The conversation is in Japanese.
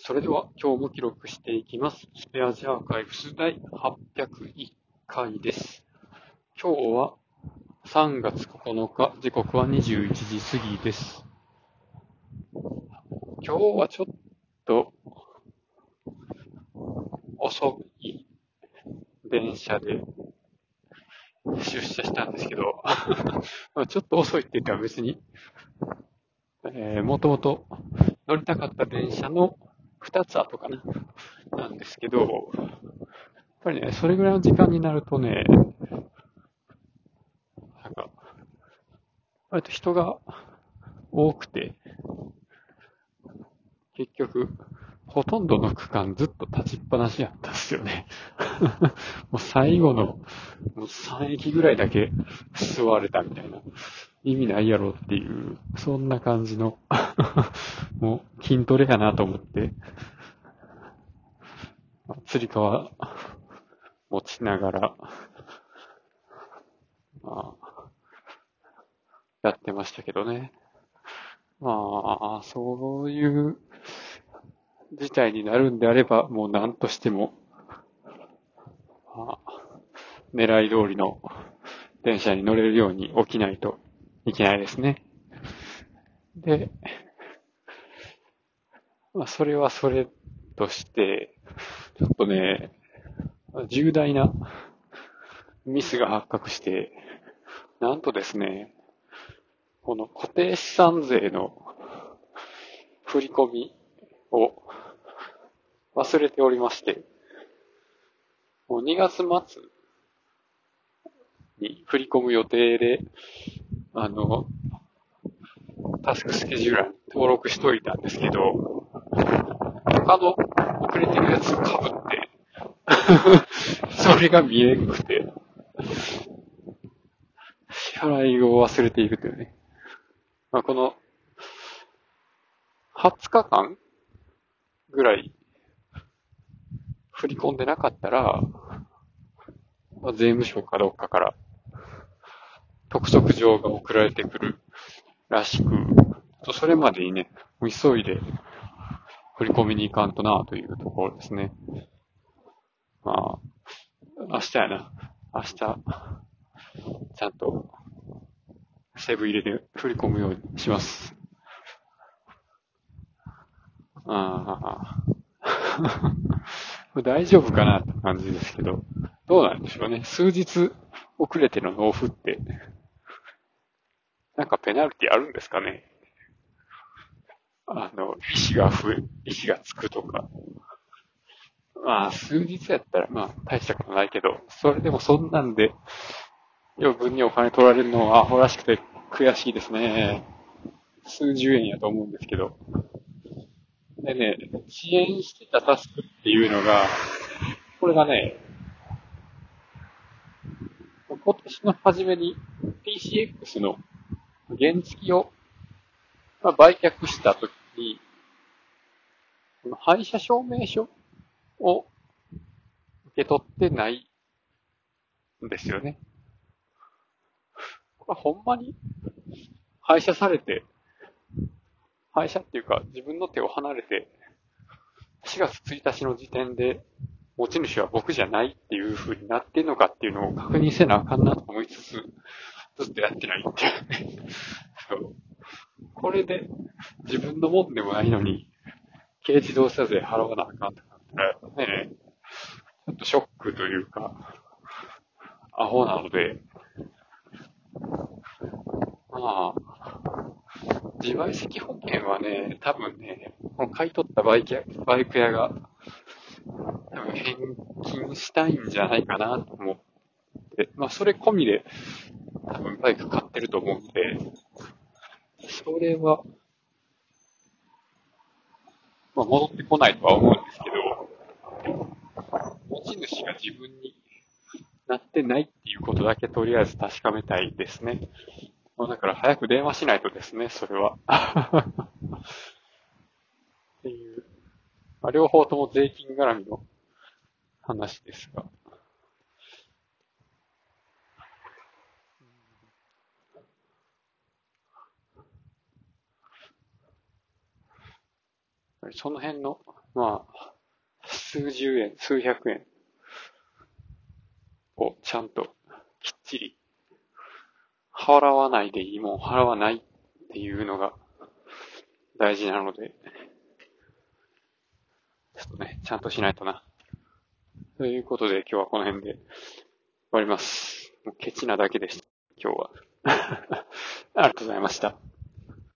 それでは今日も記録していきます。スペアジアーカイブス第801回です。今日は3月9日、時刻は21時過ぎです。今日はちょっと遅い電車で出社したんですけど、ちょっと遅いって言ったら別に、もともと乗りたかった電車の2つ後かな、なんですけど、やっぱりね、それぐらいの時間になるとね、なんか、割と人が多くて、結局、ほとんどの区間ずっと立ちっぱなしやったんですよね。もう最後のもう3駅ぐらいだけ座れたみたいな。意味ないやろっていう、そんな感じの、もう筋トレかなと思って、つり革持ちながら、まあ、やってましたけどね。まあ、そういう事態になるんであれば、もう何としても、まあ、狙い通りの電車に乗れるように起きないといけないですね。で、まあ、それはそれとして、ちょっとね、重大なミスが発覚して、なんとですね、この固定資産税の振り込みを忘れておりまして、もう2月末に振り込む予定で、タスクスケジューラーに登録しといたんですけど、他の遅れてるやつを被って、それが見えなくて、支払いを忘れているというね。まあ、この20日間ぐらい振り込んでなかったら、まあ、税務署かどっかから督促状が送られてくるらしく、それまでにね、急いで振り込みに行かんとなというところですね。まあ、明日やな。明日、ちゃんとセブン入れで振り込むようにします。大丈夫かなって感じですけど、どうなんでしょうね。数日遅れての納付って、なんかペナルティあるんですかね。利子がつくとか。まあ、数日やったら、まあ、大したことないけど、それでもそんなんで、余分にお金取られるのはアホらしくて悔しいですね。数十円やと思うんですけど。でね、遅延してたタスクっていうのが、これがね、今年の初めに PCX の原付を、売却したときに、この廃車証明書を受け取ってないんですよね。これほんまに廃車されて、廃車っていうか自分の手を離れて、4月1日の時点で持ち主は僕じゃないっていう風になってんのかっていうのを確認せなあかんなと思いつつ、ずっとやってないっていうね。そう。これで自分のもんでもないのに、軽自動車税払わなあかんとかね、ちょっとショックというか、アホなので、まあ、自賠責保険はね、多分ね、この買い取ったバイク屋が、多分返金したいんじゃないかなと思って、それ込みで、多分バイク買ってると思うんで、それは、戻ってこないとは思うんですけど、持ち主が自分になってないっていうことだけとりあえず確かめたいですね。だから早く電話しないとですね、それは。っていう、両方とも税金絡みの話ですが。 ぱりその辺の、まあ、数十円、数百円をちゃんときっちり払わないでいいもん払わないっていうのが大事なので、ちょっとね、ちゃんとしないとな。ということで今日はこの辺で終わります。もうケチなだけでした、今日は。ありがとうございました。